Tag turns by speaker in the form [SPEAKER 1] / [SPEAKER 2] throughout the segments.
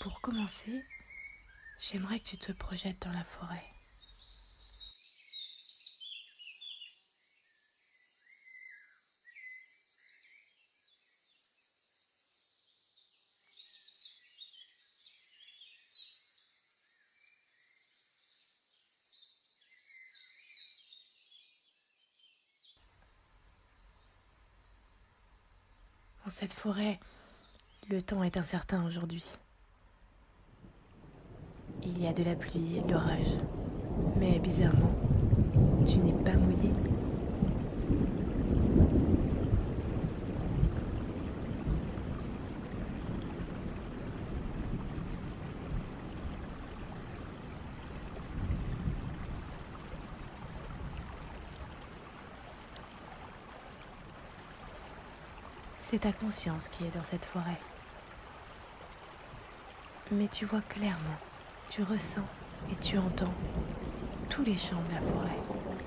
[SPEAKER 1] Pour commencer, j'aimerais que tu te projettes dans la forêt. Dans cette forêt, le temps est incertain aujourd'hui. Il y a de la pluie et de l'orage. Mais bizarrement, tu n'es pas mouillé. C'est ta conscience qui est dans cette forêt. Mais tu vois clairement, tu ressens et tu entends tous les chants de la forêt.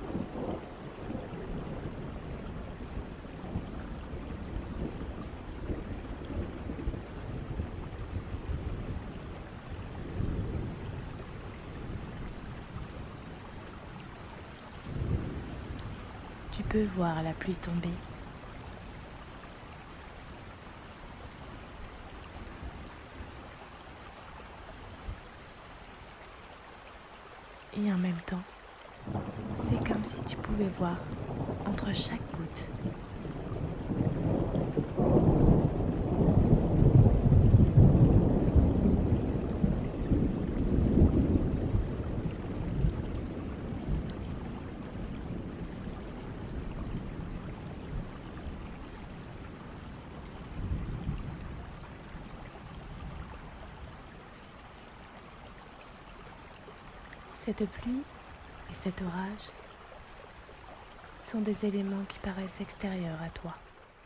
[SPEAKER 1] Tu peux voir la pluie tomber. Et en même temps, c'est comme si tu pouvais voir entre chaque goutte cette pluie et cet orage sont des éléments qui paraissent extérieurs à toi.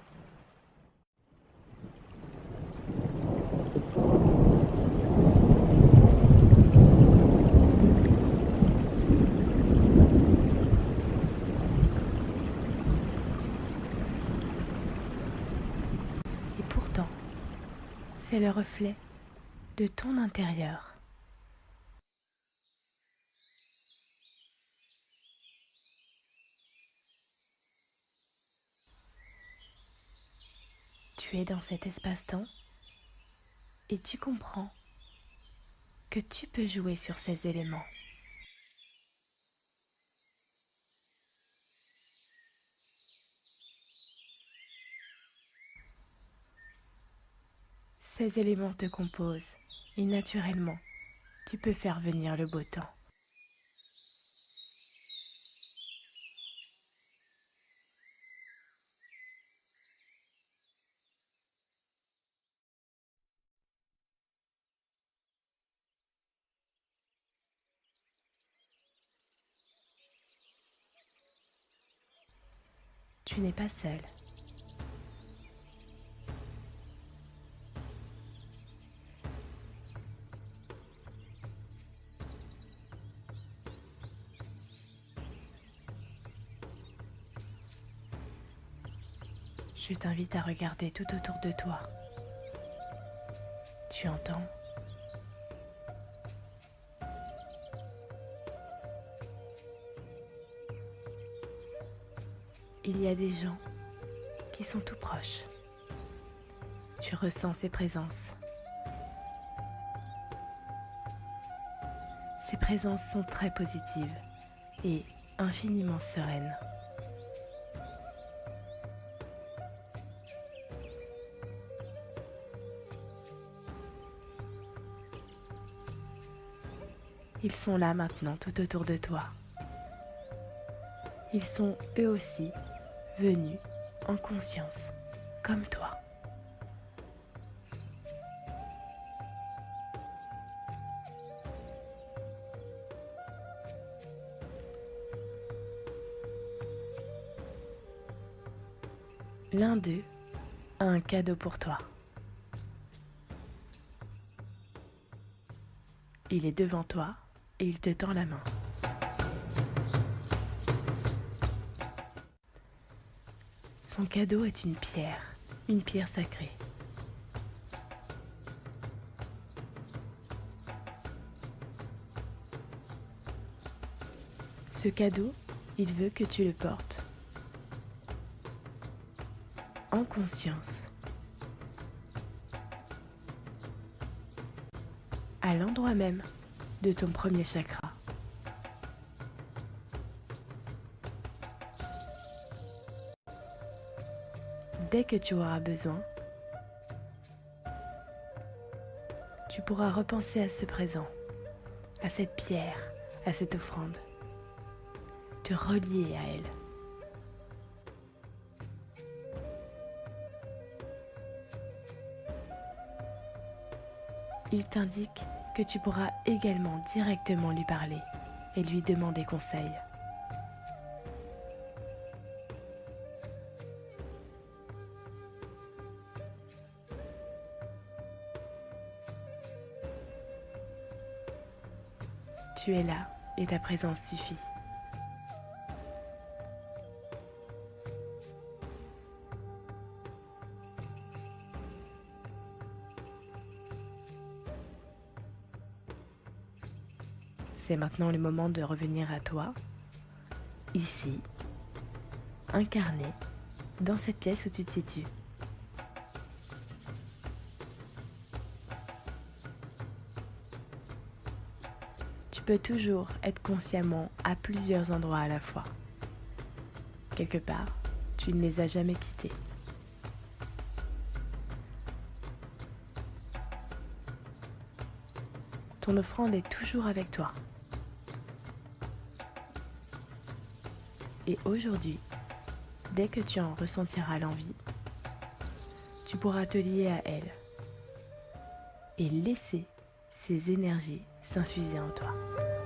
[SPEAKER 1] Et pourtant, c'est le reflet de ton intérieur. Tu es dans cet espace-temps et tu comprends que tu peux jouer sur ces éléments. Ces éléments te composent et naturellement, tu peux faire venir le beau temps. Tu n'es pas seul. Je t'invite à regarder tout autour de toi. Tu entends ? Il y a des gens qui sont tout proches. Tu ressens ces présences. Ces présences sont très positives et infiniment sereines. Ils sont là maintenant tout autour de toi. Ils sont eux aussi venus en conscience, comme toi. L'un d'eux a un cadeau pour toi. Il est devant toi et il te tend la main. Son cadeau est une pierre sacrée. Ce cadeau, il veut que tu le portes en conscience, à l'endroit même de ton premier chakra. Dès que tu auras besoin, tu pourras repenser à ce présent, à cette pierre, à cette offrande, te relier à elle. Il t'indique que tu pourras également directement lui parler et lui demander conseil. Tu es là et ta présence suffit. C'est maintenant le moment de revenir à toi, ici, incarné, dans cette pièce où tu te situes. Tu peux toujours être consciemment à plusieurs endroits à la fois. Quelque part, tu ne les as jamais quittés. Ton offrande est toujours avec toi. Et aujourd'hui, dès que tu en ressentiras l'envie, tu pourras te lier à elle et laisser ces énergies s'infuser en toi.